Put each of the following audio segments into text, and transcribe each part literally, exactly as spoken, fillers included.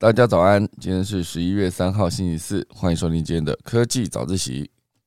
大家早安，今天是十一月三号星期四，欢迎收听今天的科技早自习。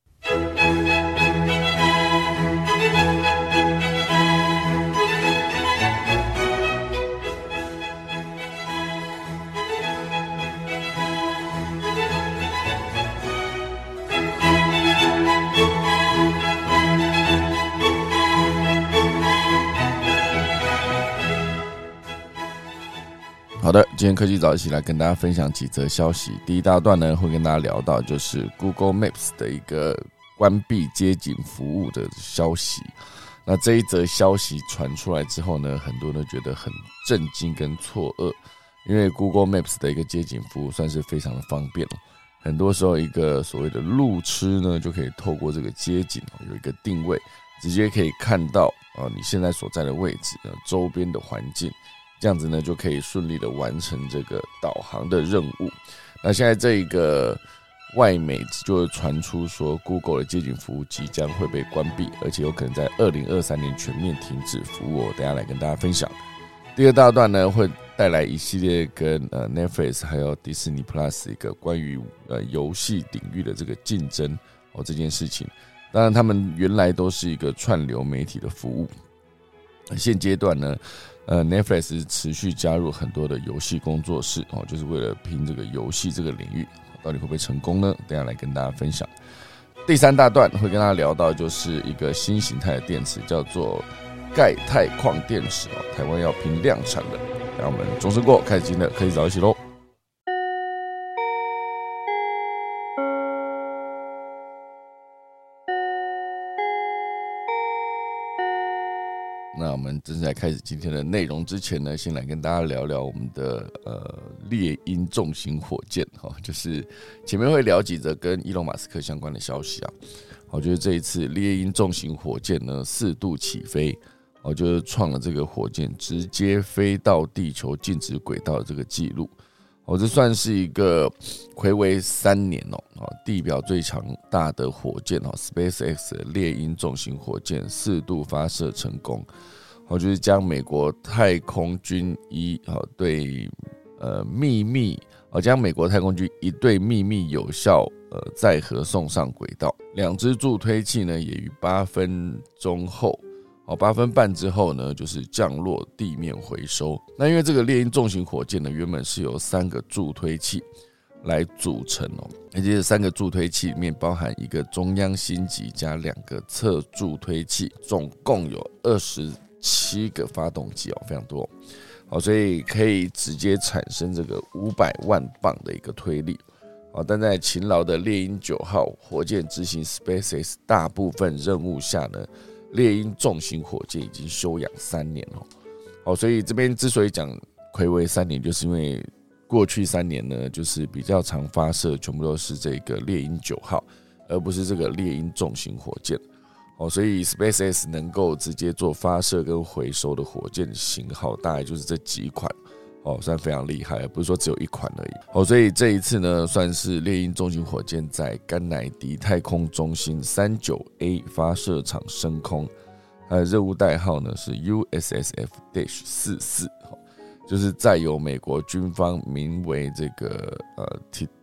好的，今天科技早一起来跟大家分享几则消息。第一大段呢，会跟大家聊到就是 Google Maps 的一个关闭街景服务的消息。那这一则消息传出来之后呢，很多人都觉得很震惊跟错愕，因为 Google Maps 的一个街景服务算是非常的方便了。很多时候一个所谓的路痴呢，就可以透过这个街景有一个定位，直接可以看到你现在所在的位置、周边的环境。这样子呢，就可以顺利的完成这个导航的任务。那现在这一个外媒就传出说 ，Google 的街景服务即将会被关闭，而且有可能在二零二三年全面停止服务。我等一下来跟大家分享。第二大段呢，会带来一系列跟呃 Netflix 还有迪士尼 Plus 一个关于呃游戏领域的这个竞争哦这件事情。当然，他们原来都是一个串流媒体的服务，现阶段呢。呃 ，Netflix 持续加入很多的游戏工作室哦，就是为了拼这个游戏这个领域，到底会不会成功呢？等一下来跟大家分享。第三大段会跟大家聊到，就是一个新形态的电池，叫做钙钛矿电池哦，台湾要拼量产了。让我们钟声过，开始今天的科技早一起喽。那我们正在开始今天的内容之前呢，先来跟大家聊聊我们的呃猎鹰重型火箭哈，就是前面会聊几则跟伊隆马斯克相关的消息啊。我觉得这一次猎鹰重型火箭呢四度起飞，我就是创了这个火箭直接飞到地球静止轨道的这个记录。哦，这算是一个睽违三年哦，地表最强大的火箭哦 ，SpaceX 的猎鹰重型火箭四度发射成功，哦，就是将美国太空军一哦对呃秘密哦将美国太空军一对秘密有效呃载荷送上轨道，两支助推器呢也于八分钟后。好，八分半之后呢，就是降落地面回收。那因为这个猎鹰重型火箭呢，原本是由三个助推器来组成哦，而且这三个助推器里面包含一个中央星级加两个侧助推器，总共有二十七个发动机哦，非常多。好，所以可以直接产生这个五百万磅的一个推力。好，但在勤劳的猎鹰九号火箭执行 SpaceX 大部分任务下呢。猎鹰重型火箭已经休养三年了，哦，所以这边之所以讲睽违三年，就是因为过去三年呢，就是比较常发射，全部都是这个猎鹰九号，而不是这个猎鹰重型火箭，哦，所以 SpaceX 能够直接做发射跟回收的火箭型号，大概就是这几款。哦，算非常厉害，不是说只有一款而已。哦，所以这一次呢，算是猎鹰重型火箭在甘乃迪太空中心三九 A 发射场升空，它的任务代号呢是 U S S F 四十四， 就是载有美国军方名为这个呃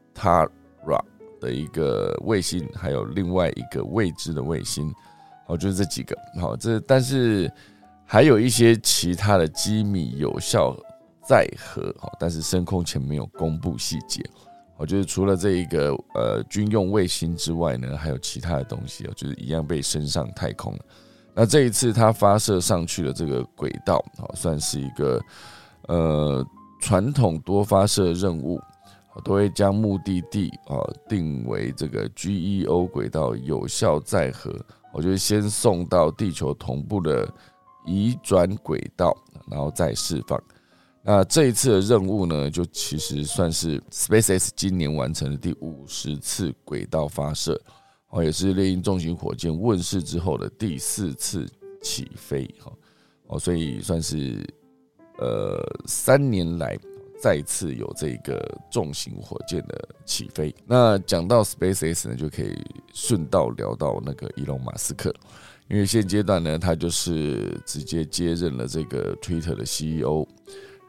Titara 的一个卫星，还有另外一个未知的卫星。好，就是这几个。好，这但是还有一些其他的机密有效。载荷，但是升空前没有公布细节。就是除了这一个呃军用卫星之外呢，还有其他的东西，就是一样被升上太空了。那这一次它发射上去的这个轨道，算是一个呃传统多发射任务，都会将目的地定为这个 G E O 轨道有效载荷，我就是先送到地球同步的移转轨道，然后再释放。那这一次的任务呢，就其实算是 SpaceX 今年完成的第五十次轨道发射，也是猎鹰重型火箭问世之后的第四次起飞，所以算是呃三年来再次有这个重型火箭的起飞。那讲到 SpaceX 呢，就可以顺道聊到那个伊隆马斯克，因为现阶段呢，他就是直接接任了这个 Twitter 的 C E O。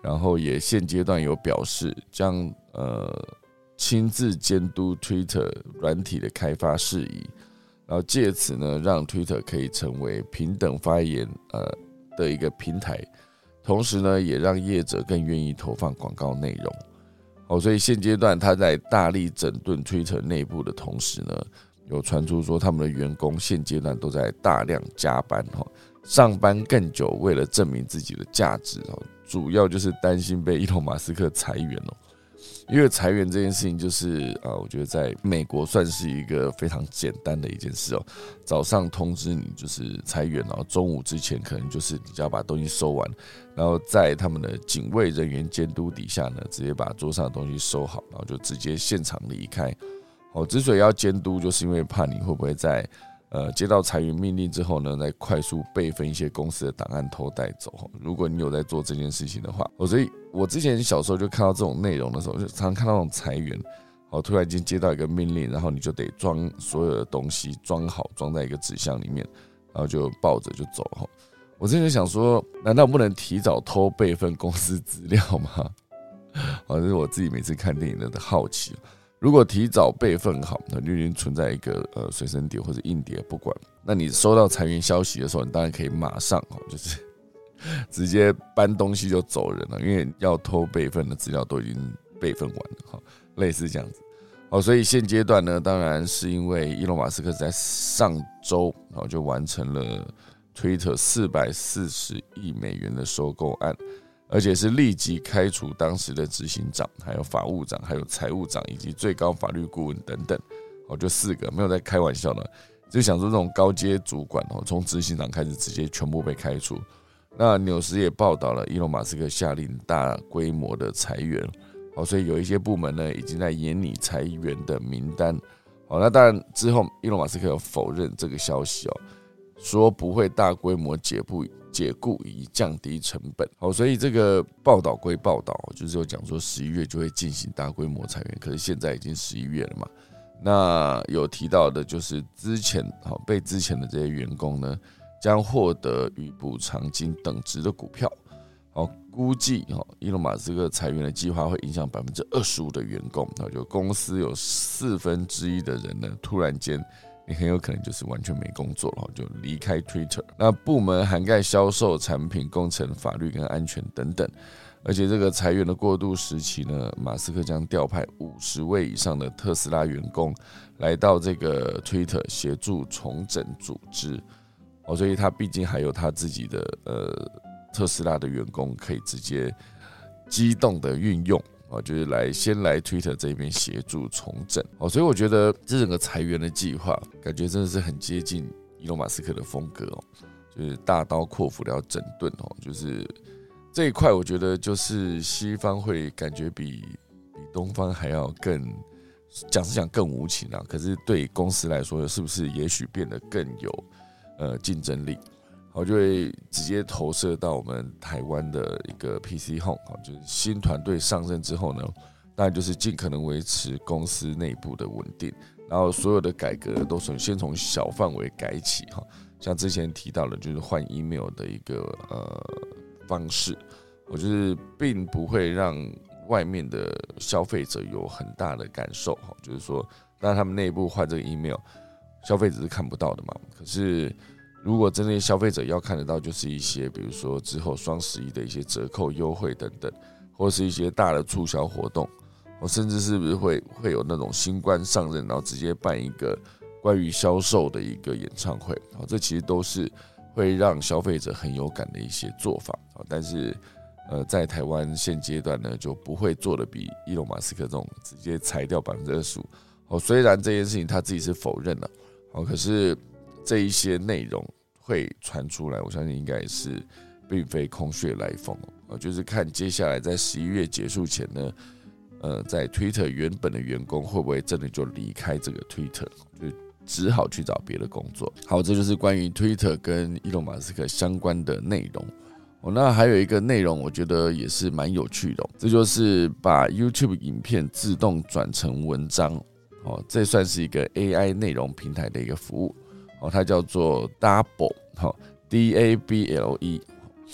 然后也现阶段有表示将呃亲自监督 Twitter 软体的开发事宜，然后借此呢让 Twitter 可以成为平等发言呃的一个平台，同时呢也让业者更愿意投放广告内容。好，所以现阶段他在大力整顿 Twitter 内部的同时呢，有传出说他们的员工现阶段都在大量加班，上班更久，为了证明自己的价值，主要就是担心被伊隆马斯克裁员。因为裁员这件事情就是呃，我觉得在美国算是一个非常简单的一件事哦。早上通知你就是裁员，然后中午之前可能就是你就要把东西收完，然后在他们的警卫人员监督底下呢，直接把桌上的东西收好，然后就直接现场离开。哦，之所以要监督，就是因为怕你会不会在呃接到裁员命令之后呢，再快速备份一些公司的档案偷带走。如果你有在做这件事情的话，所以我之前小时候就看到这种内容的时候，就常常看到那种裁员，好，突然间接到一个命令，然后你就得装所有的东西装好，装在一个纸箱里面，然后就抱着就走。我之前就想说，难道不能提早偷备份公司资料吗？好，这是我自己每次看电影的好奇。如果提早备份好，那就已经存在一个呃随身碟或者硬碟，不管。那你收到裁员消息的时候，你当然可以马上就是直接搬东西就走人了，因为要偷备份的资料都已经备份完了，类似这样子。好，所以现阶段呢，当然是因为伊隆马斯克在上周就完成了 Twitter 四百四十亿美元的收购案。而且是立即开除当时的执行长，还有法务长，还有财务长，以及最高法律顾问等等，就四个，没有在开玩笑的。就想说这种高阶主管，从执行长开始直接全部被开除。那纽时也报道了，伊隆马斯克下令大规模的裁员，所以有一些部门呢已经在研拟裁员的名单。那当然之后，伊隆马斯克有否认这个消息哦，说不会大规模解雇。解雇以降低成本，好，所以这个报道归报道，就是有讲说十一月就会进行大规模裁员，可是现在已经十一月了嘛。那有提到的就是之前好被之前的这些员工呢，将获得与补偿金等值的股票。好，估计伊隆马斯克裁员的计划会影响百分之二十五的员工，就公司有四分之一的人呢，突然间。你很有可能就是完全没工作了，就离开 Twitter。那部门涵盖销售、产品、工程、法律跟安全等等。而且这个裁员的过渡时期呢，马斯克将调派五十位以上的特斯拉员工来到这个 Twitter 协助重整组织。哦，所以他毕竟还有他自己的呃特斯拉的员工可以直接机动的运用。就是来先来 Twitter 这边协助重整，所以我觉得这整个裁员的计划，感觉真的是很接近伊隆马斯克的风格哦，就是大刀阔斧的要整顿哦，就是这一块，我觉得就是西方会感觉比比东方还要更讲是讲更无情啊，可是对公司来说，是不是也许变得更有呃竞争力？好，就会直接投射到我们台湾的一个 P C Home， 就是新团队上任之后呢，当然就是尽可能维持公司内部的稳定，然后所有的改革都先从小范围改起，像之前提到的，就是换 email 的一个呃方式，我就是并不会让外面的消费者有很大的感受，就是说，当然他们内部换这个 email， 消费者是看不到的嘛，可是。如果真的消费者要看得到，就是一些比如说之后双十一的一些折扣优惠等等，或是一些大的促销活动，甚至是不是会会有那种新官上任，然后直接办一个关于销售的一个演唱会，这其实都是会让消费者很有感的一些做法。但是呃，在台湾现阶段呢，就不会做的比伊隆马斯克这种直接裁掉百分之二十五。虽然这件事情他自己是否认了，可是。这一些内容会传出来，我相信应该也是并非空穴来风，就是看接下来在十一月结束前呢，呃，在 Twitter 原本的员工会不会真的就离开这个 Twitter， 就只好去找别的工作。好，这就是关于 Twitter 跟伊隆马斯克相关的内容。那还有一个内容，我觉得也是蛮有趣的，这就是把 YouTube 影片自动转成文章，这算是一个 A I 内容平台的一个服务。它叫做 Double， D A B L E。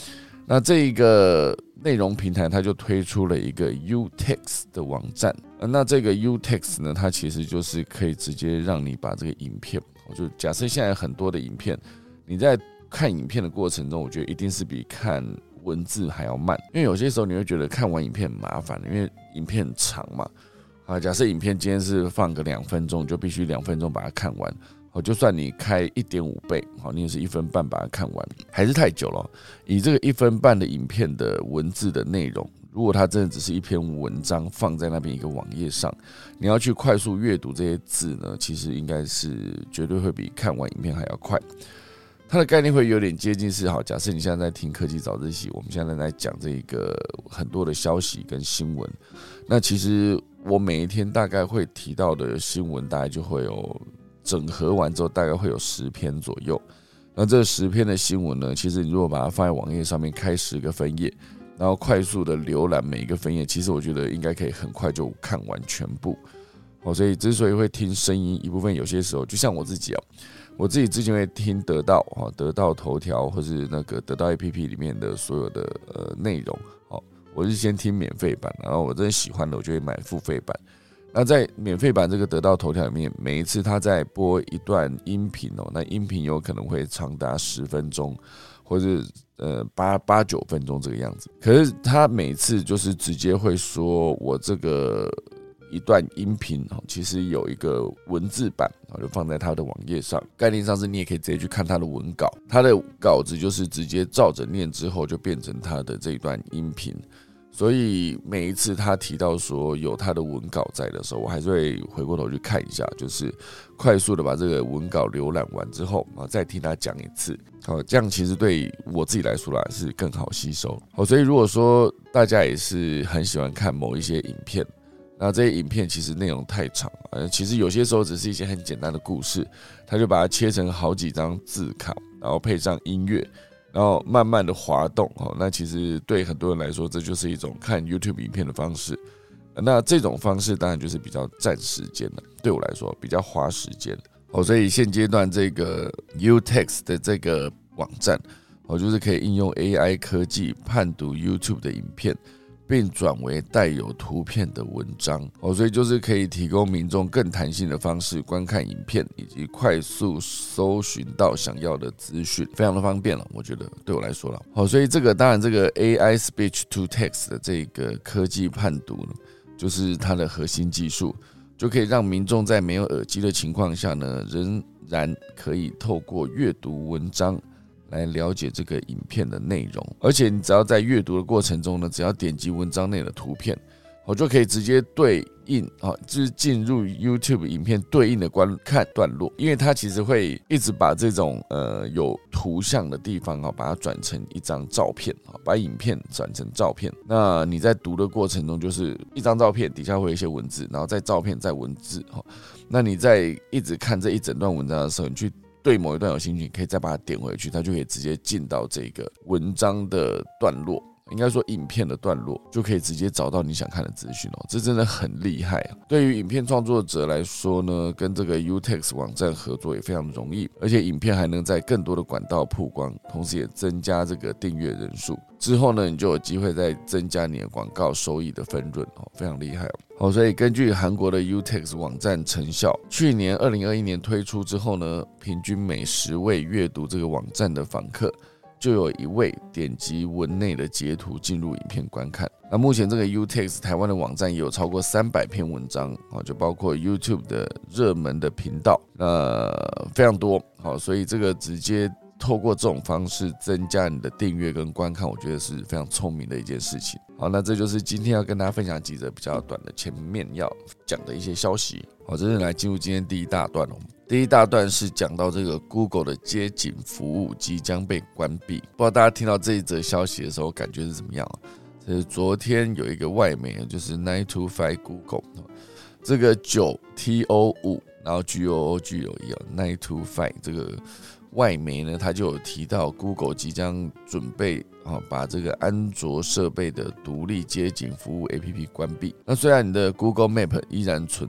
那这一个内容平台它就推出了一个 Utext 的网站，那这个 Utext 呢，它其实就是可以直接让你把这个影片，就假设现在很多的影片，你在看影片的过程中，我觉得一定是比看文字还要慢，因为有些时候你会觉得看完影片很麻烦，因为影片很长嘛。啊，假设影片今天是放个两分钟，就必须两分钟把它看完。就算你开 一点五 倍，你也是一分半把它看完，还是太久了。以这个一分半的影片的文字的内容，如果它真的只是一篇文章放在那边一个网页上，你要去快速阅读这些字呢，其实应该是绝对会比看完影片还要快。它的概念会有点接近是，好，假设你现在在听科技早自习，我们现在在讲这个很多的消息跟新闻，那其实我每一天大概会提到的新闻，大概就会有整合完之后，大概会有十篇左右。那这十篇的新闻呢，其实你如果把它放在网页上面开十个分页，然后快速的浏览每一个分页，其实我觉得应该可以很快就看完全部。所以之所以会听声音，一部分有些时候就像我自己啊，我自己之前会听得到得到头条或是那个得到 A P P 里面的所有的呃内容，我是先听免费版，然后我真的喜欢的，我就会买付费版。那在免费版这个得到头条里面，每一次他在播一段音频哦，那音频有可能会长达十分钟，或是呃八八九分钟这个样子。可是他每次就是直接会说，我这个一段音频其实有一个文字版，就放在他的网页上。概念上是你也可以直接去看他的文稿，他的稿子就是直接照着念之后就变成他的这一段音频。所以每一次他提到说有他的文稿在的时候，我还是会回过头去看一下，就是快速的把这个文稿浏览完之后，再听他讲一次。好，这样其实对我自己来说啦是更好吸收。好，所以如果说大家也是很喜欢看某一些影片，那这些影片其实内容太长，其实有些时候只是一些很简单的故事，他就把它切成好几张字卡，然后配上音乐。然后慢慢的滑动，那其实对很多人来说，这就是一种看 YouTube 影片的方式。那这种方式当然就是比较占时间的，对我来说比较花时间。所以现阶段这个 Utext 的这个网站，就是可以应用 A I 科技判读 YouTube 的影片，并转为带有图片的文章，所以就是可以提供民众更弹性的方式观看影片，以及快速搜寻到想要的资讯，非常的方便了。我觉得对我来说了，好，所以这个当然这个 A I Speech to Text 的这个科技判读呢，就是它的核心技术，就可以让民众在没有耳机的情况下呢，仍然可以透过阅读文章来了解这个影片的内容，而且你只要在阅读的过程中呢，只要点击文章内的图片，我就可以直接对应，就是进入 YouTube 影片对应的观看段落，因为它其实会一直把这种呃有图像的地方把它转成一张照片，把影片转成照片。那你在读的过程中，就是一张照片底下会有一些文字，然后再照片再文字，那你在一直看这一整段文章的时候，你去对某一段有兴趣，你可以再把它点回去，它就可以直接进到这个文章的段落，应该说影片的段落，就可以直接找到你想看的资讯哦，这真的很厉害啊！对于影片创作者来说呢，跟这个 Utext 网站合作也非常容易，而且影片还能在更多的管道曝光，同时也增加这个订阅人数。之后呢，你就有机会再增加你的广告收益的分润哦，非常厉害哦。所以根据韩国的 Utext 网站成效，去年二零二一年推出之后呢，平均每十位阅读这个网站的访客，就有一位点击文内的截图进入影片观看。那目前这个 Utext 台湾的网站也有超过三百篇文章，就包括 YouTube 的热门的频道，那非常多。所以这个直接透过这种方式增加你的订阅跟观看，我觉得是非常聪明的一件事情。好，那这就是今天要跟大家分享几则比较短的前面要讲的一些消息。好，这是来进入今天第一大段哦。第一大段是讲到这个 Google 的街景服务即将被关闭，不知道大家听到这一则消息的时候感觉是怎么样啊？这是昨天有一个外媒，就是 九 to 五 Google 这个九 T O 五，然后 G O O G O E 九 to 五这个外媒呢，他就有提到 Google 即将准备把这个安卓设备的独立街景服务 A P P 关闭。那虽然你的 Google Map 依然存在，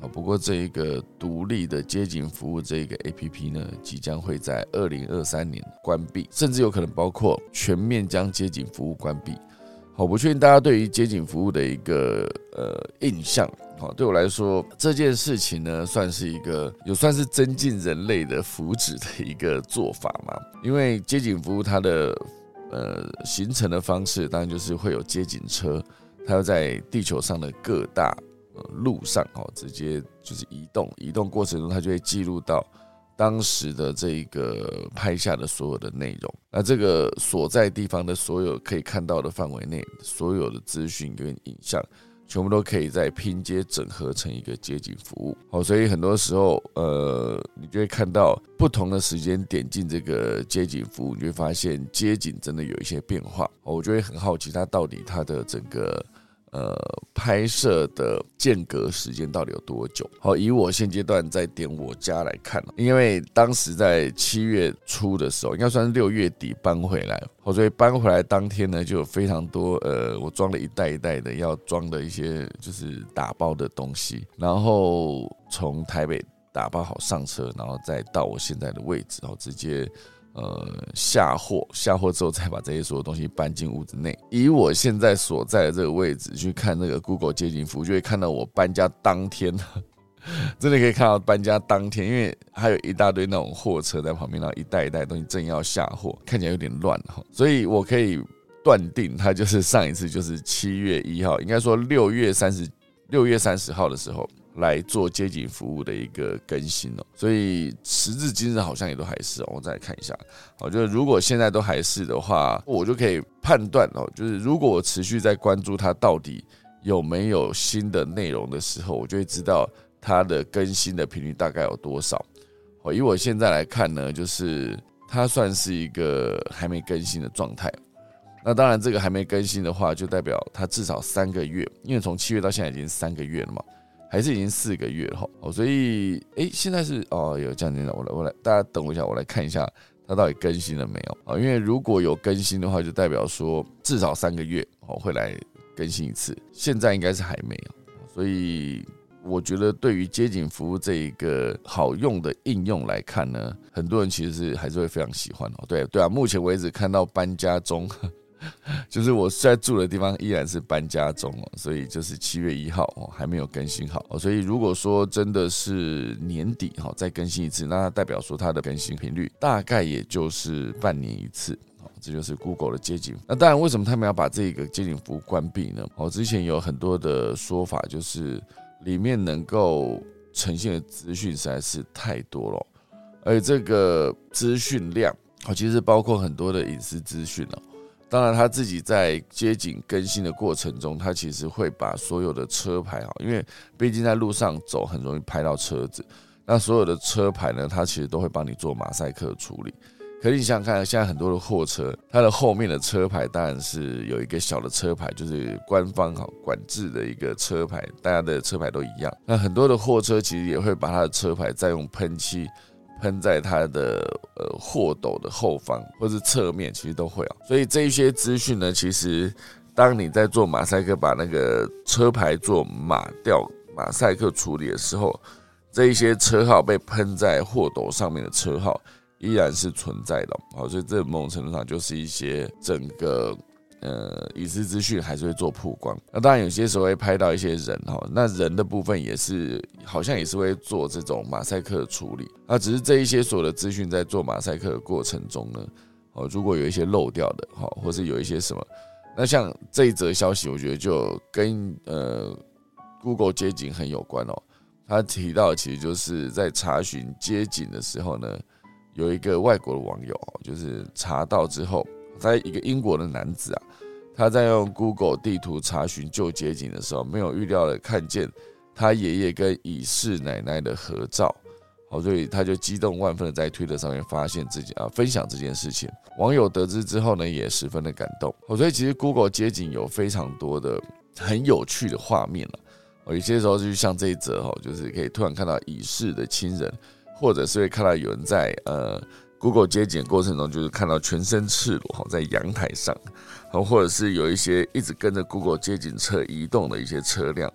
不过这一个独立的街景服务这一个 A P P 呢，即将会在二零二三年关闭，甚至有可能包括全面将街景服务关闭。好，不确定大家对于街景服务的一个呃印象。好，对我来说这件事情呢，算是一个有算是增进人类的福祉的一个做法嘛。因为街景服务它的呃形成的方式，当然就是会有街景车，它要在地球上的各大、呃、路上哦，直接就是移动，移动过程中它就会记录到当时的这个拍下的所有的内容，那这个所在地方的所有可以看到的范围内，所有的资讯跟影像，全部都可以在拼接整合成一个街景服务。好，所以很多时候，呃，你就会看到不同的时间点进这个街景服务，你会发现街景真的有一些变化。我就会很好奇，它到底它的整个呃，拍摄的间隔时间到底有多久？好，以我现阶段在点我家来看，因为当时在七月初的时候，应该算是六月底搬回来，好，所以搬回来当天呢，就有非常多呃，我装了一袋一袋的要装的一些就是打包的东西，然后从台北打包好上车，然后再到我现在的位置，然后直接。呃，下货，下货之后再把这些所有东西搬进屋子内。以我现在所在的这个位置去看那个 Google 街景服务，就会看到我搬家当天，真的可以看到搬家当天，因为还有一大堆那种货车在旁边，然后一袋一袋东西正要下货，看起来有点乱，所以我可以断定，它就是上一次就是七月一号，应该说六月三十六月三十号的时候。来做街景服务的一个更新哦，所以时至今日好像也都还是哦，我再来看一下，好，就是如果现在都还是的话，我就可以判断哦，就是如果我持续在关注它到底有没有新的内容的时候，我就会知道它的更新的频率大概有多少。以我现在来看呢，就是它算是一个还没更新的状态。那当然，这个还没更新的话，就代表它至少三个月，因为从七月到现在已经三个月了嘛。还是已经四个月了哈，所以哎、欸，现在是哦有这样子的，我来我来，大家等我一下，我来看一下它到底更新了没有啊？因为如果有更新的话，就代表说至少三个月哦会来更新一次，现在应该是还没有，所以我觉得对于街景服务这一个好用的应用来看呢，很多人其实是还是会非常喜欢哦。对对啊，目前为止看到搬家中。就是我现在住的地方依然是搬家中哦，所以就是七月一号哦还没有更新好，所以如果说真的是年底哈再更新一次，那它代表说它的更新频率大概也就是半年一次。这就是 Google 的街景。那当然，为什么他们要把这个街景服务关闭呢？哦，之前有很多的说法，就是里面能够呈现的资讯实在是太多了，而且这个资讯量，其实包括很多的隐私资讯了。当然，他自己在街景更新的过程中，他其实会把所有的车牌，因为毕竟在路上走很容易拍到车子，那所有的车牌呢，他其实都会帮你做马赛克处理。可是你想想看，现在很多的货车，它的后面的车牌当然是有一个小的车牌，就是官方管制的一个车牌，大家的车牌都一样。那很多的货车其实也会把它的车牌再用喷漆喷在它的呃货斗的后方或是侧面，其实都会啊。所以这一些资讯呢，其实当你在做马赛克，把那个车牌做马吊马赛克处理的时候，这一些车号被喷在货斗上面的车号依然是存在的。好，所以这某种程度上就是一些整个呃隐私资讯还是会做曝光。那当然有些时候会拍到一些人哈，那人的部分也是好像也是会做这种马赛克的处理。那只是这一些所有的资讯在做马赛克的过程中呢，哦，如果有一些漏掉的哈，或是有一些什么，那像这一则消息，我觉得就跟呃 Google 街景很有关哦。他提到其实就是在查询街景的时候呢，有一个外国的网友就是查到之后，在一个英国的男子啊，他在用 Google 地图查询旧街景的时候，没有预料的看见他爷爷跟已逝奶奶的合照，所以他就激动万分的在推特上面发现自己啊分享这件事情。网友得知之后呢，也十分的感动。所以其实 Google 街景有非常多的很有趣的画面了。有些时候就像这一则，就是可以突然看到已逝的亲人，或者是会看到有人在呃 Google 街景的过程中，就是看到全身赤裸在阳台上，或者是有一些一直跟着 Google 街景车移动的一些车辆，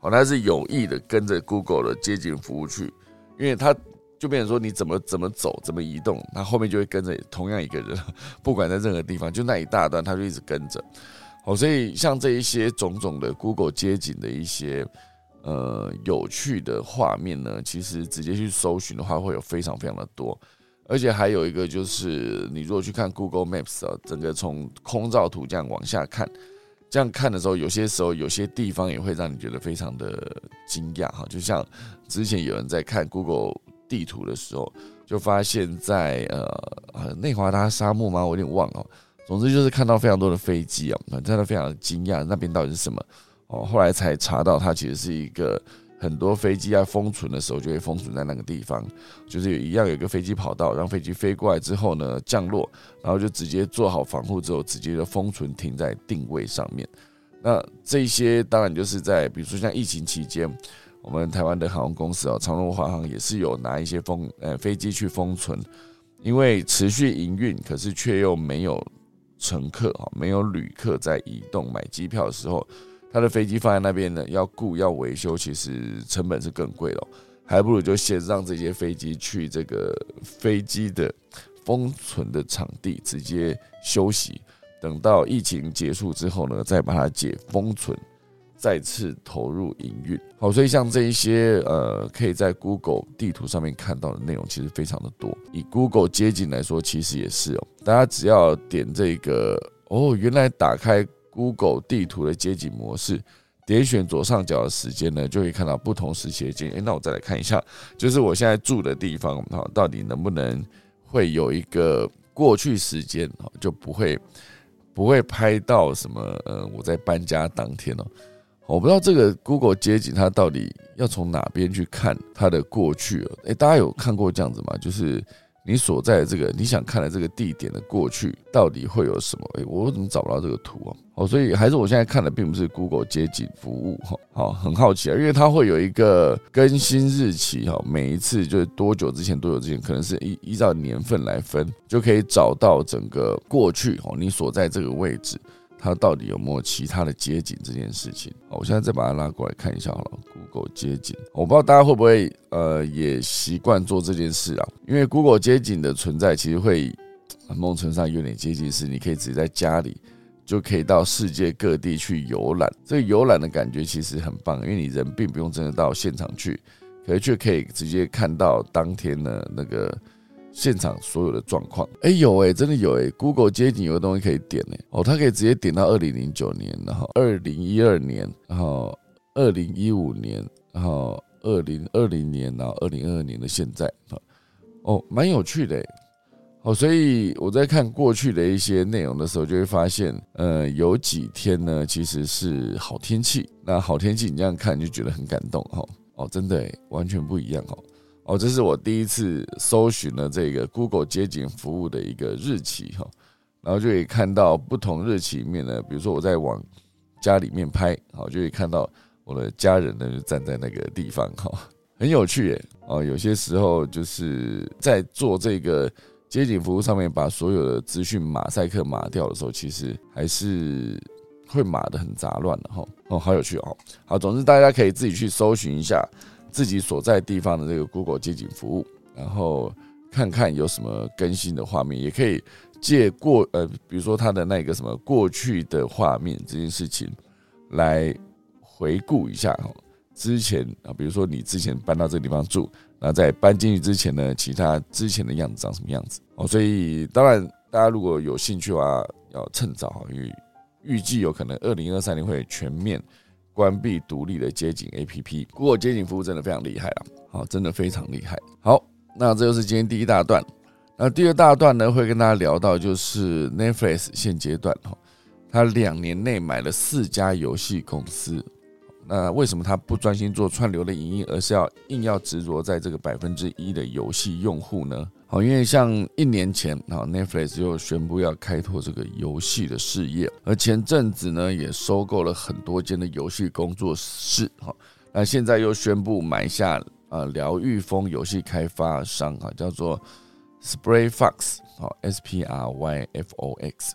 哦，他是有意的跟着 Google 的街景服务去，因为他就变成说你怎么怎么走怎么移动，他后面就会跟着同样一个人，不管在任何地方，就那一大段他就一直跟着。哦，所以像这一些种种的 Google 街景的一些呃有趣的画面呢，其实直接去搜寻的话会有非常非常的多。而且还有一个就是，你如果去看 Google Maps 啊，整个从空照图这样往下看，这样看的时候，有些时候有些地方也会让你觉得非常的惊讶哈。就像之前有人在看 Google 地图的时候，就发现在呃内华达沙漠吗？我有点忘了。总之就是看到非常多的飞机啊，真的非常的惊讶，那边到底是什么？哦，后来才查到，它其实是一个。很多飞机在封存的时候就会封存在那个地方，就是有一样有一个飞机跑道，让飞机飞过来之后呢降落，然后就直接做好防护之后，直接就封存停在定位上面。那这些当然就是在比如说像疫情期间，我们台湾的航空公司啊，长荣华航也是有拿一些封呃飞机去封存，因为持续营运，可是却又没有乘客没有旅客在移动买机票的时候。他的飞机放在那边呢，要顾要维修，其实成本是更贵的、哦，还不如就先让这些飞机去这个飞机的封存的场地直接休息，等到疫情结束之后呢，再把它解封存，再次投入营运。好，所以像这一些呃，可以在 Google 地图上面看到的内容，其实非常的多。以 Google 街景来说，其实也是哦，大家只要点这个哦，原来打开。Google 地图的街景模式，点选左上角的时间呢，就可以看到不同时期的街景。那我再来看一下，就是我现在住的地方，到底能不能会有一个过去时间，就不会不会拍到什么呃我在搬家当天哦。我不知道这个 Google 街景它到底要从哪边去看它的过去。哎，大家有看过这样子吗？就是你所在的这个你想看的这个地点的过去到底会有什么？哎，我怎么找不到这个图啊？哦，所以还是我现在看的并不是 Google 街景服务哈。好，很好奇啊，因为它会有一个更新日期哈，每一次就是多久之前多久之前，可能是依依照年份来分，就可以找到整个过去哦，你所在这个位置。它到底有没有其他的街景这件事情？好，我现在再把它拉过来看一下好了。Google 街景，我不知道大家会不会呃也习惯做这件事啊？因为 Google 街景的存在，其实会某种程度上有点接近是你可以直接在家里就可以到世界各地去游览。这个游览的感觉其实很棒，因为你人并不用真的到现场去，可是却可以直接看到当天的那个。现场所有的状况，哎、欸、有哎、欸，真的有哎、欸、，Google 街景有个东西可以点哎、欸，哦，它可以直接点到二零零九年，然后二零一二年，然后二零一五年，然后二零二零年，然后二零二二年的现在，哦，蛮有趣的哎、欸，哦，所以我在看过去的一些内容的时候，就会发现，呃，有几天呢其实是好天气，那好天气你这样看就觉得很感动哈，哦，真的哎、欸，完全不一样哦。哦，这是我第一次搜寻了这个 Google 街景服务的一个日期哈，然后就可以看到不同日期里面呢，比如说我在往家里面拍，好就可以看到我的家人呢就站在那个地方哈，很有趣耶。哦，有些时候就是在做这个街景服务上面，把所有的资讯马赛克码掉的时候，其实还是会码得很杂乱的哈。哦，好有趣哦。好，总之大家可以自己去搜寻一下。自己所在地方的这个 Google 街景服务，然后看看有什么更新的画面，也可以借过呃，比如说它的那个什么过去的画面这件事情来回顾一下哈。之前啊，比如说你之前搬到这个地方住，然后在搬进去之前呢，其他之前的样子长什么样子哦。所以当然大家如果有兴趣的话，要趁早哈，因为预计有可能二零二三年会全面。关闭独立的街景 A P P，Google 街景服务真的非常厉害了，好，真的非常厉害。好，那这就是今天第一大段。那第二大段呢，会跟大家聊到就是 Netflix 现阶段哈，它两年内买了四家游戏公司。那为什么它不专心做串流的营运，而是要硬要执着在这个百分之一的游戏用户呢？好，因为像一年前，Netflix 就宣布要开拓这个游戏的事业，而前阵子呢，也收购了很多间的游戏工作室，那现在又宣布买下呃疗愈风游戏开发商叫做 Spray Fox， S P R Y F O X，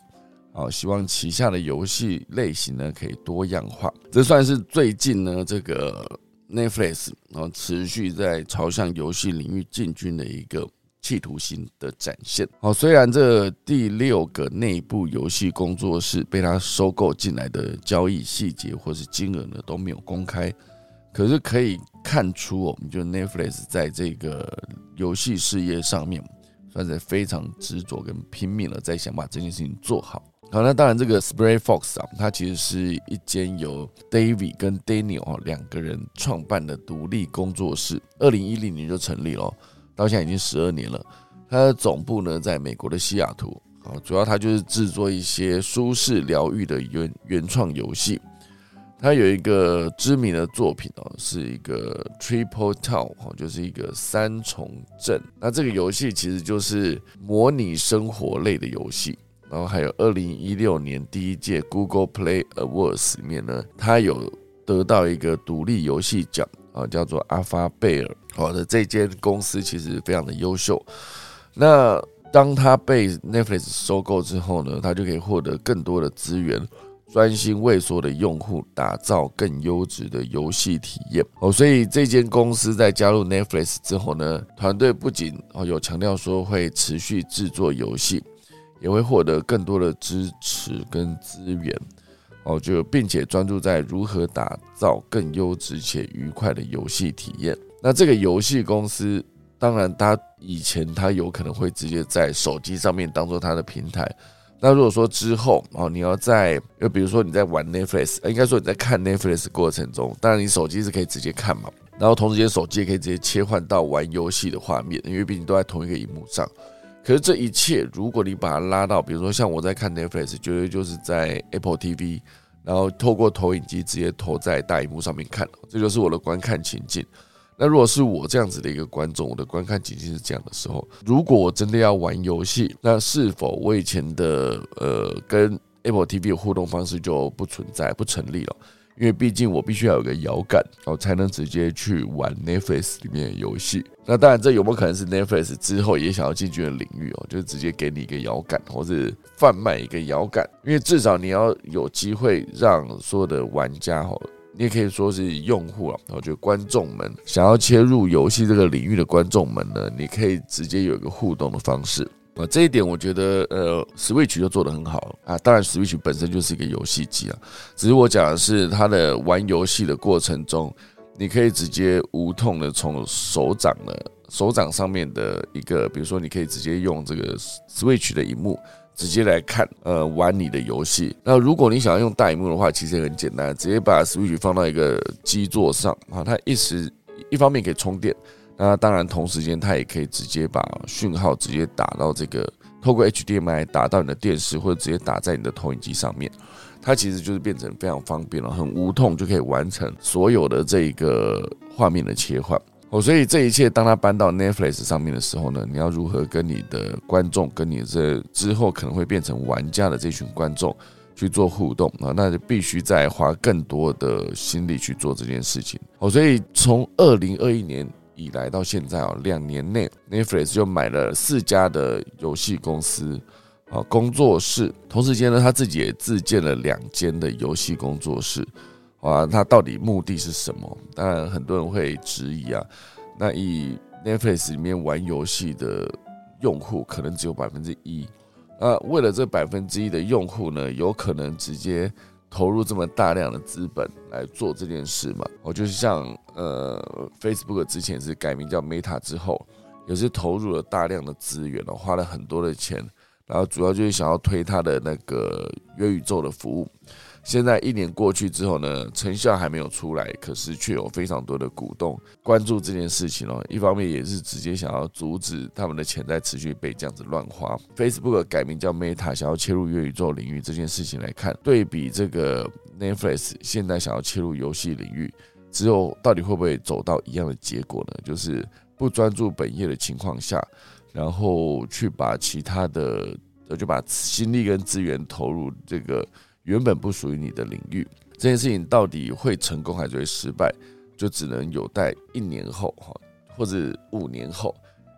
好，希望旗下的游戏类型呢可以多样化。这算是最近呢这个 Netflix 然后持续在朝向游戏领域进军的一个企图心的展现。好，虽然这第六个内部游戏工作室被他收购进来的交易细节或是金额呢都没有公开，可是可以看出，我们就 Netflix 在这个游戏事业上面算是非常执着跟拼命了，在想把这件事情做好。好，那当然这个 Spray Fox 啊，它其实是一间由 David 跟 Daniel 两个人创办的独立工作室，二零一零年就成立了，到现在已经十二年了。它的总部呢在美国的西雅图，主要它就是制作一些舒适疗愈的 原, 原创游戏。它有一个知名的作品哦，是一个 Triple Town， 就是一个三重镇。那这个游戏其实就是模拟生活类的游戏。然后还有二零一六年第一届 Google Play Awards 里面呢，它有得到一个独立游戏奖啊，叫做 Alpha Bear。好的，这间公司其实非常的优秀。那当它被 Netflix 收购之后呢，它就可以获得更多的资源，专心为所有的用户打造更优质的游戏体验。哦，所以这间公司在加入 Netflix 之后呢，团队不仅有强调说会持续制作游戏，也会获得更多的支持跟资源。哦，就并且专注在如何打造更优质且愉快的游戏体验。那这个游戏公司，当然它以前它有可能会直接在手机上面当做它的平台。那如果说之后你要在，比如说你在玩 Netflix， 应该说你在看 Netflix 过程中，当然你手机是可以直接看嘛，然后同时间手机也可以直接切换到玩游戏的画面，因为毕竟都在同一个萤幕上。可是这一切，如果你把它拉到，比如说像我在看 Netflix， 绝对就是在 Apple T V， 然后透过投影机直接投在大萤幕上面看，这就是我的观看情境。那如果是我这样子的一个观众，我的观看情境是这样的时候，如果我真的要玩游戏，那是否我以前的呃跟 Apple T V 的互动方式就不存在、不成立了？因为毕竟我必须要有个摇杆，我才能直接去玩 Netflix 里面的游戏。那当然，这有没有可能是 Netflix 之后也想要进军的领域哦？就是直接给你一个摇杆，或是贩卖一个摇杆，因为至少你要有机会让所有的玩家哦。你也可以说是用户啊，我觉得观众们想要切入游戏这个领域的观众们呢，你可以直接有一个互动的方式啊，这一点我觉得呃 Switch 就做得很好啊。当然 Switch 本身就是一个游戏机啊，只是我讲的是它的玩游戏的过程中，你可以直接无痛的从手掌的手掌上面的一个，比如说你可以直接用这个 Switch 的萤幕。直接来看，呃，玩你的游戏。那如果你想要用大萤幕的话，其实也很简单，直接把 Switch 放到一个基座上啊，它一时一方面可以充电，那当然同时间它也可以直接把讯号直接打到这个，透过 H D M I 打到你的电视，或者直接打在你的投影机上面。它其实就是变成非常方便了，很无痛就可以完成所有的这个画面的切换。哦，所以这一切当它搬到 Netflix 上面的时候呢，你要如何跟你的观众，跟你这之后可能会变成玩家的这群观众去做互动啊，那就必须再花更多的心力去做这件事情。哦，所以从二零二一年以来到现在哦，两年内 Netflix 就买了四家的游戏公司啊工作室，同时间呢，他自己也自建了两间的游戏工作室。啊，它到底目的是什么？当然，很多人会质疑啊。那以 Netflix 里面玩游戏的用户可能只有百分之一，那为了这百分之一的用户呢，有可能直接投入这么大量的资本来做这件事嘛？我就是像呃 Facebook 之前是改名叫 Meta 之后，也是投入了大量的资源，花了很多的钱，然后主要就是想要推它的那个元宇宙的服务。现在一年过去之后呢，成效还没有出来，可是却有非常多的股东关注这件事情哦。一方面也是直接想要阻止他们的钱在持续被这样子乱花。Facebook 改名叫 Meta， 想要切入元宇宙领域这件事情来看，对比这个 Netflix 现在想要切入游戏领域，之后到底会不会走到一样的结果呢？就是不专注本业的情况下，然后去把其他的，就把心力跟资源投入这个原本不属于你的领域，这件事情到底会成功还是会失败，就只能有待一年后或者五年后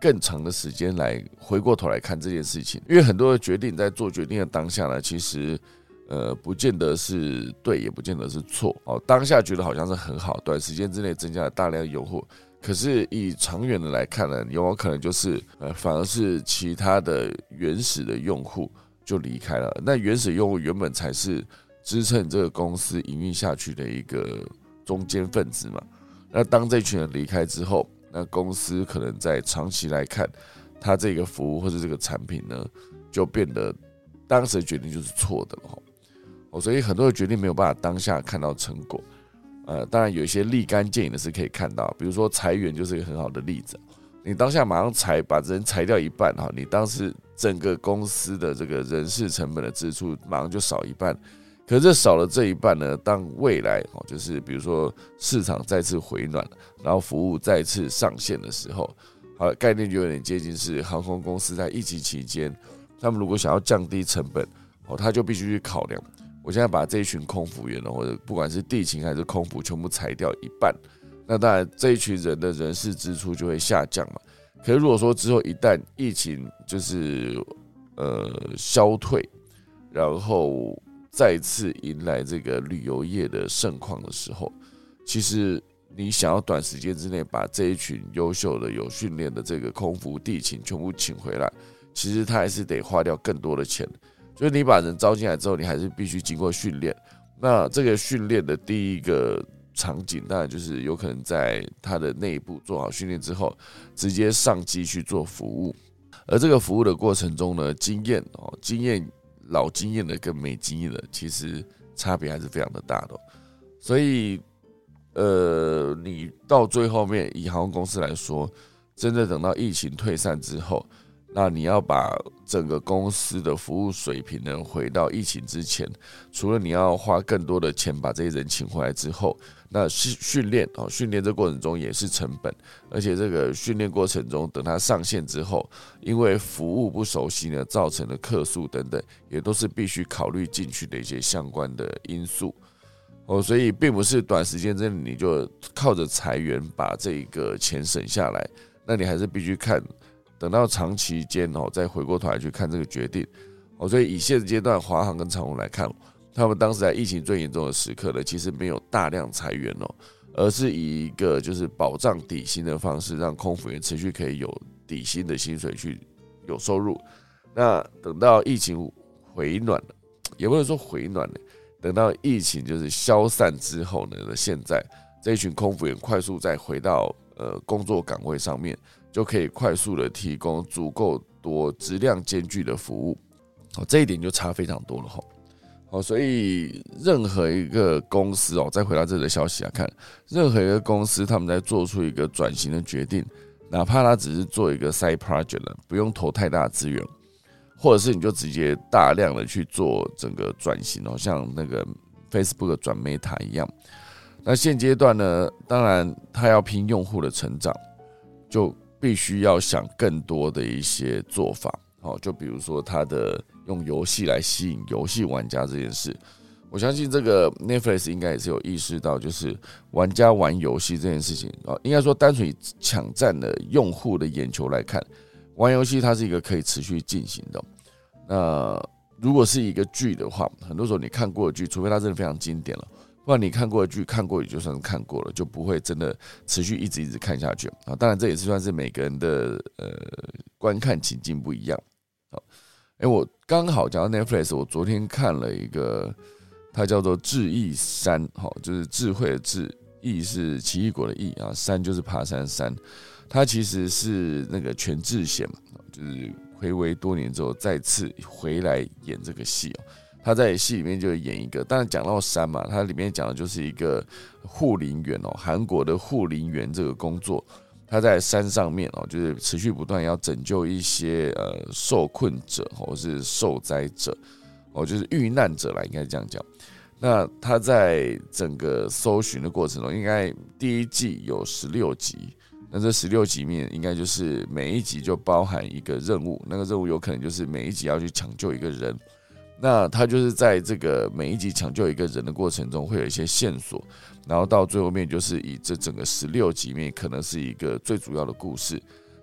更长的时间来回过头来看这件事情，因为很多的决定在做决定的当下呢，其实呃不见得是对，也不见得是错哦。当下觉得好像是很好，短时间之内增加了大量的用户，可是以长远的来看呢，有没有可能就是呃反而是其他的原始的用户就离开了？那原始用户原本才是支撑这个公司营运下去的一个中间分子嘛。那当这群人离开之后，那公司可能在长期来看，它这个服务或者这个产品呢，就变得当时的决定就是错的了哦。所以很多的决定没有办法当下看到成果。呃，当然有一些立竿见影的是可以看到，比如说裁员就是一个很好的例子。你当下马上裁，把人裁掉一半哈，你当时整个公司的这个人事成本的支出马上就少一半。可是这少了这一半呢，当未来就是比如说市场再次回暖，然后服务再次上线的时候，好，概念就有点接近是航空公司在疫情期间，他们如果想要降低成本，他就必须去考量，我现在把这一群空服员或者不管是地勤还是空服全部裁掉一半，那当然这一群人的人事支出就会下降嘛。可是如果说之后一旦疫情就是呃消退，然后再次迎来这个旅游业的盛况的时候，其实你想要短时间之内把这一群优秀的有训练的这个空服地勤全部请回来，其实他还是得花掉更多的钱。就是你把人招进来之后，你还是必须经过训练。那这个训练的第一个场景，当然就是有可能在他的内部做好训练之后，直接上机去做服务。而这个服务的过程中呢，经验哦，经验。老经验的跟没经验的，其实差别还是非常的大的，所以，呃，你到最后面以航空公司来说，真的等到疫情退散之后，那你要把整个公司的服务水平呢回到疫情之前，除了你要花更多的钱把这些人请回来之后，那训练哦，训练这过程中也是成本，而且这个训练过程中，等它上线之后，因为服务不熟悉呢，造成的客诉等等，也都是必须考虑进去的一些相关的因素哦。所以并不是短时间之内你就靠着裁员把这个钱省下来，那你还是必须看，等到长期间哦，再回过头来去看这个决定哦。所以以现阶段华航跟长荣来看，他们当时在疫情最严重的时刻呢，其实没有大量裁员哦，而是以一个就是保障底薪的方式，让空服员持续可以有底薪的薪水去有收入。那等到疫情回暖了，也不能说回暖了，等到疫情就是消散之后呢，现在这一群空服员快速再回到呃工作岗位上面，就可以快速的提供足够多质量兼具的服务。哦，这一点就差非常多了哈。哦，所以任何一个公司哦，再回到这里的消息来看，任何一个公司他们在做出一个转型的决定，哪怕他只是做一个 side project 了，不用投太大的资源，或者是你就直接大量的去做整个转型哦，像那个 Facebook 转 Meta 一样。那现阶段呢，当然他要拼用户的成长，就必须要想更多的一些做法。哦，就比如说他的用游戏来吸引游戏玩家这件事，我相信这个 Netflix 应该也是有意识到，就是玩家玩游戏这件事情啊，应该说单纯以抢占了用户的眼球来看，玩游戏它是一个可以持续进行的。那如果是一个剧的话，很多时候你看过的剧，除非它真的非常经典了，不然你看过的剧看过也就算是看过了，就不会真的持续一直一直看下去啊。当然这也是算是每个人的呃观看情境不一样。欸、我刚好讲到 Netflix， 我昨天看了一个，它叫做智异山，就是智慧的智，异是奇异果的异啊，山就是爬山山。它其实是那个全智贤，就是睽违多年之后再次回来演这个戏哦。他在戏里面就演一个，当然讲到山嘛，它里面讲的就是一个护林员哦，韩国的护林员这个工作。他在山上面哦，就是持续不断要拯救一些呃受困者或是受灾者哦，就是遇难者啦，应该这样讲。那他在整个搜寻的过程中，应该第一季有十六集，那这十六集面应该就是每一集就包含一个任务，那个任务有可能就是每一集要去抢救一个人。那他就是在这个每一集抢救一个人的过程中，会有一些线索，然后到最后面就是以这整个十六集面可能是一个最主要的故事，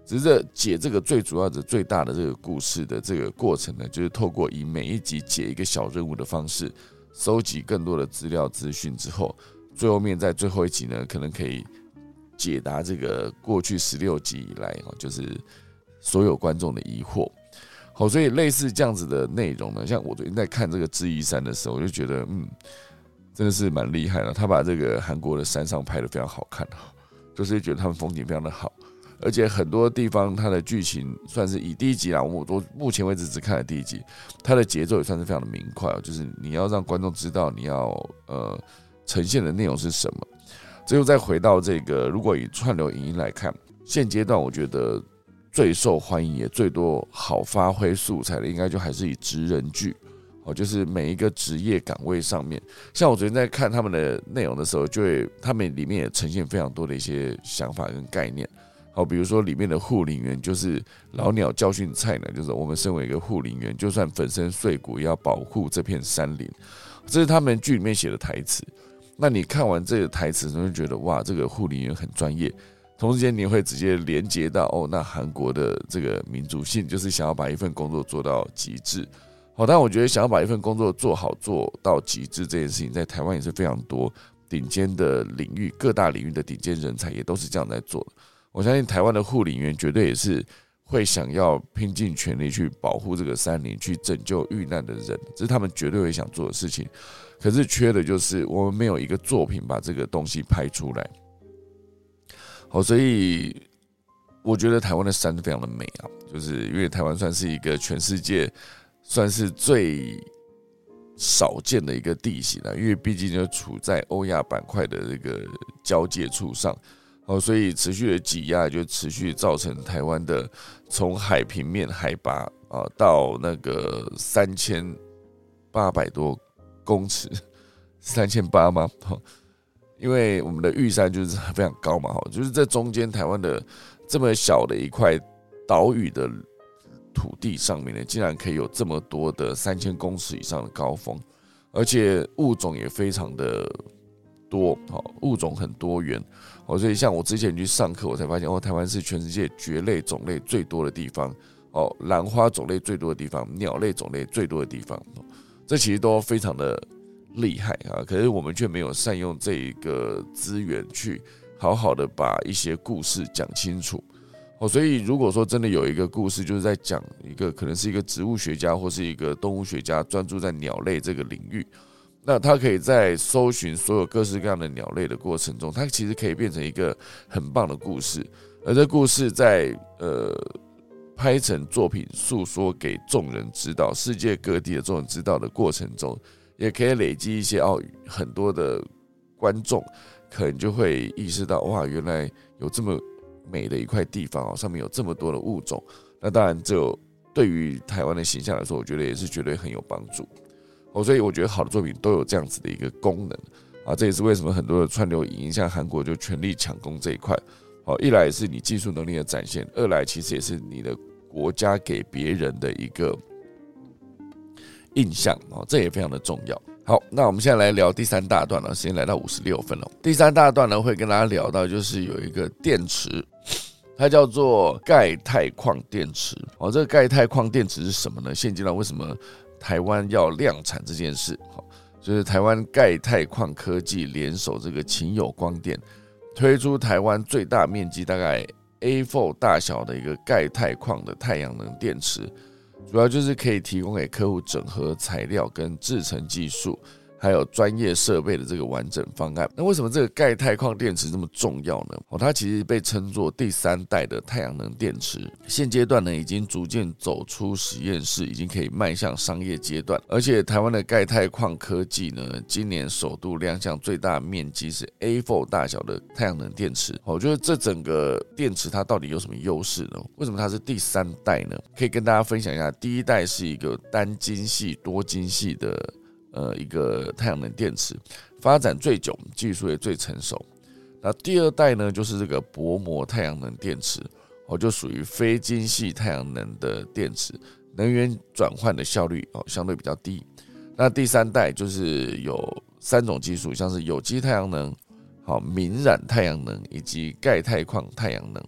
只是解这个最主要的、最大的这个故事的这个过程呢，就是透过以每一集解一个小任务的方式，收集更多的资料资讯之后，最后面在最后一集呢，可能可以解答这个过去十六集以来就是所有观众的疑惑。好，所以类似这样子的内容呢，像我昨天在看这个智异山的时候，我就觉得嗯，真的是蛮厉害的。他把这个韩国的山上拍得非常好看，就是觉得他们风景非常的好。而且很多地方它的剧情算是以第一集啦，我我目前为止只看了第一集，它的节奏也算是非常的明快，就是你要让观众知道你要呃呈现的内容是什么。最后再回到这个，如果以串流影音来看，现阶段我觉得最受欢迎也最多好发挥素材的，应该就还是以职人剧。哦，就是每一个职业岗位上面，像我昨天在看他们的内容的时候，就会他们里面也呈现非常多的一些想法跟概念。好，比如说里面的护林员就是老鸟教训菜呢，就是我们身为一个护林员，就算粉身碎骨也要保护这片山林，这是他们剧里面写的台词。那你看完这个台词，你就觉得哇，这个护林员很专业。同时间你会直接连接到哦，那韩国的这个民族性就是想要把一份工作做到极致。好，但我觉得想要把一份工作做好做到极致这件事情，在台湾也是非常多顶尖的领域，各大领域的顶尖人才也都是这样在做的。我相信台湾的护林员绝对也是会想要拼尽全力去保护这个山林，去拯救遇难的人，这是他们绝对会想做的事情。可是缺的就是我们没有一个作品把这个东西拍出来。好，所以我觉得台湾的山非常的美啊，就是因为台湾算是一个全世界算是最少见的一个地形啊，因为毕竟就处在欧亚板块的这个交界处上。哦，所以持续的挤压就持续造成台湾的从海平面海拔啊到那个三千八百多公尺，三千八吗？因为我们的玉山就是非常高嘛，就是在中间台湾的这么小的一块岛屿的土地上面呢，竟然可以有这么多的三千公尺以上的高峰，而且物种也非常的多，物种很多元。所以像我之前去上课，我才发现哦，台湾是全世界蕨类种类最多的地方，哦，兰花种类最多的地方，鸟类种类最多的地方，这其实都非常的厉害啊。可是我们却没有善用这一个资源去好好的把一些故事讲清楚。哦，所以如果说真的有一个故事，就是在讲一个可能是一个植物学家或是一个动物学家专注在鸟类这个领域。那他可以在搜寻所有各式各样的鸟类的过程中，他其实可以变成一个很棒的故事，而这故事在呃拍成作品诉说给众人知道，世界各地的众人知道的过程中，也可以累积一些哦很多的观众，可能就会意识到哇，原来有这么美的一块地方哦，上面有这么多的物种。那当然，这对于台湾的形象来说，我觉得也是绝对很有帮助。哦，所以我觉得好的作品都有这样子的一个功能啊，这也是为什么很多的串流影音像韩国就全力抢攻这一块。好，一来是你技术能力的展现，二来其实也是你的国家给别人的一个印象啊，这也非常的重要。好，那我们现在来聊第三大段了，时间来到五十六分了。第三大段呢，会跟大家聊到就是有一个电池，它叫做钙钛矿电池。哦，这个钙钛矿电池是什么呢？现阶段为什么台湾要量产这件事，就是台湾钙钛矿科技联手这个勤友光电，推出台湾最大面积大概 A 四 大小的一个钙钛矿的太阳能电池，主要就是可以提供给客户整合材料跟制程技术，还有专业设备的这个完整方案。那为什么这个钙钛矿电池这么重要呢？哦，它其实被称作第三代的太阳能电池，现阶段呢已经逐渐走出实验室，已经可以迈向商业阶段。而且台湾的钙钛矿科技呢，今年首度亮相最大面积是 A 四 大小的太阳能电池。我觉得这整个电池它到底有什么优势呢？为什么它是第三代呢？可以跟大家分享一下，第一代是一个单晶系、多晶系的呃，一个太阳能电池，发展最久，技术也最成熟。那第二代呢，就是这个薄膜太阳能电池，哦，就属于非晶系太阳能的电池，能源转换的效率哦相对比较低。那第三代就是有三种技术，像是有机太阳能、好明染太阳能以及钙钛矿太阳能。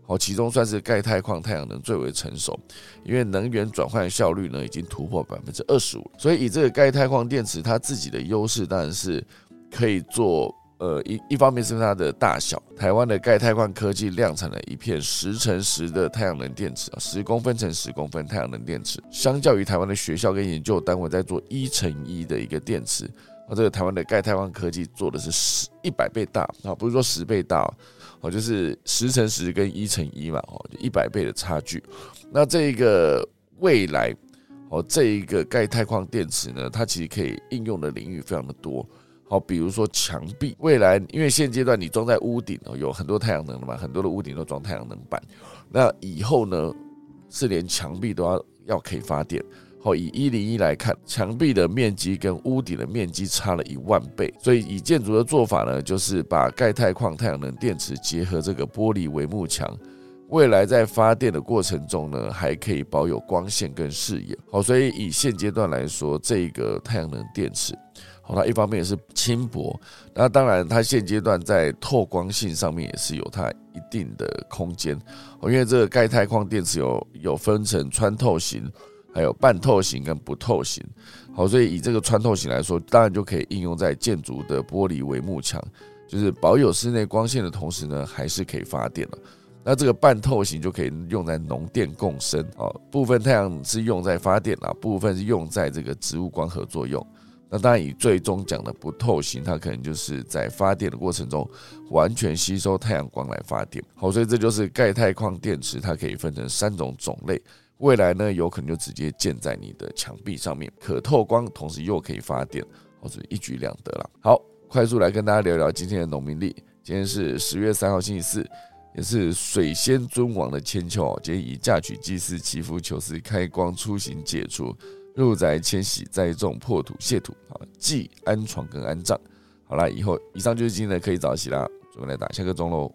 其中算是钙钛矿太阳能最为成熟，因为能源转换效率呢已经突破 百分之二十五， 所以以这个钙钛矿电池它自己的优势当然是可以做呃 一, 一方面是它的大小，台湾的钙钛矿科技量产了一片十乘十的太阳能电池，十公分乘十公分太阳能电池，相较于台湾的学校跟研究单位在做一乘一的一个电池，这个台湾的钙钛矿科技做的是一百倍大，不是说十倍大，就是十乘十跟一乘一嘛，就一百倍的差距。那这个未来这一个钙钛矿电池呢，它其实可以应用的领域非常的多。好，比如说墙壁，未来因为现阶段你装在屋顶有很多太阳能了嘛，很多的屋顶都装太阳能板，那以后呢是连墙壁都要要可以发电。好，以一零一来看，墙壁的面积跟屋顶的面积差了一万倍，所以以建筑的做法呢，就是把钙钛矿太阳能电池结合这个玻璃帷幕墙，未来在发电的过程中呢，还可以保有光线跟视野。好，所以以现阶段来说，这个太阳能电池，好，它一方面也是轻薄，那当然它现阶段在透光性上面也是有它一定的空间，因为这个钙钛矿电池有有分成穿透型，还有半透型跟不透型。好，所以以这个穿透型来说，当然就可以应用在建筑的玻璃帷幕墙，就是保有室内光线的同时呢，还是可以发电了。那这个半透型就可以用在农电共生，部分太阳是用在发电，部分是用在这个植物光合作用。那当然以最终讲的不透型，它可能就是在发电的过程中完全吸收太阳光来发电。好，所以这就是钙钛矿电池，它可以分成三种种类。未来呢，有可能就直接建在你的墙壁上面，可透光，同时又可以发电，或者一举两得啦。好，快速来跟大家聊聊今天的农民历。今天是十月三号星期四，也是水仙尊王的千秋。今天以嫁娶、祭祀、祈福、求嗣、开光、出行、解除、入宅、迁徙、栽种、破土、卸土、祭、安床跟安葬。好啦，以后以上就是今天的可以早起啦，准备来打下个钟喽。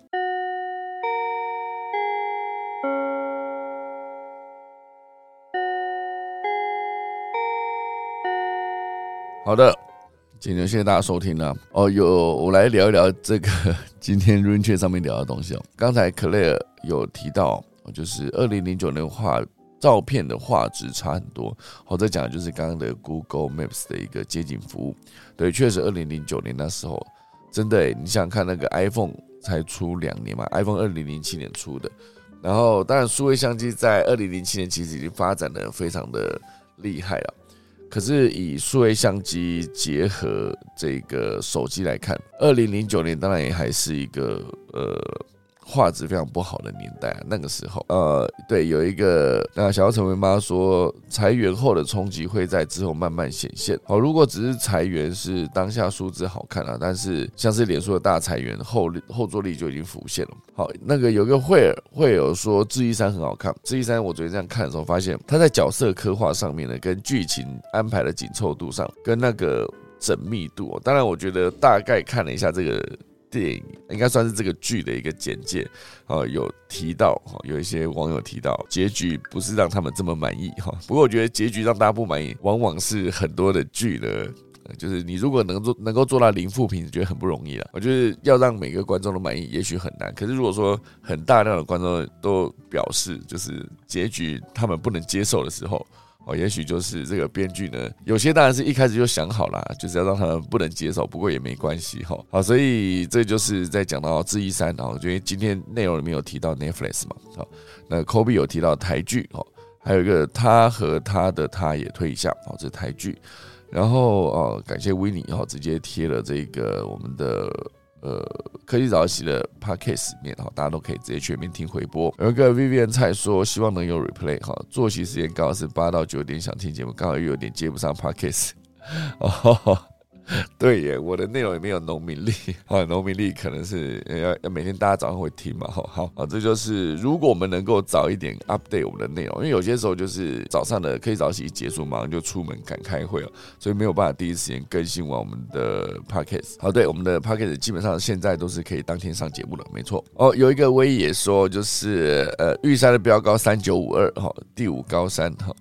好的，今天谢谢大家收听啦。哦，有我来聊一聊这个今天 RainChat 上面聊的东西哦。刚才 Claire 有提到，就是二零零九年画照片的画质差很多。好，这讲的就是刚刚的 Google Maps 的一个街景服务。对，确实二零零九年那时候真的耶，你想想看，那个 iPhone 才出两年嘛 ，iPhone 二零零七年出的。然后，当然数位相机在二零零七年其实已经发展的非常的厉害了。可是以数位相机结合这个手机来看，二零零九年当然也还是一个呃画质非常不好的年代啊。那个时候，呃，对，有一个那小要成为妈说，裁员后的冲击会在之后慢慢显现。好，如果只是裁员是当下数字好看啊，但是像是脸书的大裁员后后坐力就已经浮现了。好，那个有个会尔会有说智异三很好看，智异三我昨天这样看的时候发现，它在角色刻画上面呢，跟剧情安排的紧凑度上，跟那个缜密度、哦，当然我觉得大概看了一下这个电影，应该算是这个剧的一个简介，哦、有提到、哦，有一些网友提到结局不是让他们这么满意哈、哦。不过我觉得结局让大家不满意，往往是很多的剧呢。就是你如果能做能够做到零负评，觉得很不容易了。我觉得要让每个观众都满意，也许很难。可是如果说很大量的观众都表示就是结局他们不能接受的时候，哦，也许就是这个编剧呢，有些当然是一开始就想好了，就是要让他们不能接受，不过也没关系哈。好，所以这就是在讲到智异三，然后因为今天内容里面有提到 Netflix 嘛，好，那 Kobe 有提到台剧，哦，还有一个他和他的他也退下，哦，这是台剧。然后哦，感谢 Winnie 哦，直接贴了这个我们的呃科技早起的 Podcast 里面，大家都可以直接全面听回播。有一个 Vivian 蔡说，希望能有 replay 哈，作息时间刚好是八到九点，想听节目，刚好又有点接不上 Podcast 哦。对耶，我的内容也没有农民历啊，农民历可能是要要每天大家早上会听嘛，好，好，这就是如果我们能够早一点 update 我们的内容，因为有些时候就是早上的可以早起一结束，马上就出门赶开会了，所以没有办法第一时间更新完我们的 podcast。好，对，我们的 podcast 基本上现在都是可以当天上节目了，没错。哦，有一个威也说，就是呃玉山的标高三九五二哈，第五高山哈。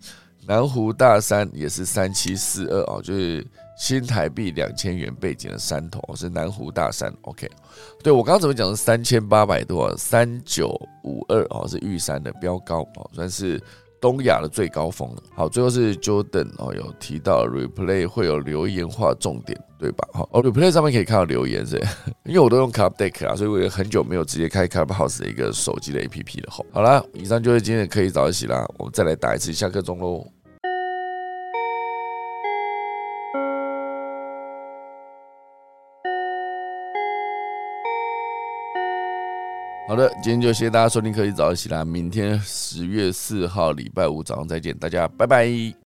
南湖大山也是三七四二哦，就是新台币两千元背景的山头，是南湖大山。OK， 对我刚刚怎么讲是三千八百多，三九五二哦，是玉山的标高哦，算是东亚的最高峰了。好，最后是 Jordan 哦，有提到 Replay 会有留言化重点，对吧？好，哦 ，Replay 上面可以看到留言是，因为我都用 Clubdeck 啊，所以我也很久没有直接开 Clubhouse 的一个手机的 A P P 了。好啦，以上就是今天的可以早一起啦，我们再来打一次下课钟喽。好的，今天就谢谢大家收听科技早一起啦，明天十月四号礼拜五早上再见，大家拜拜。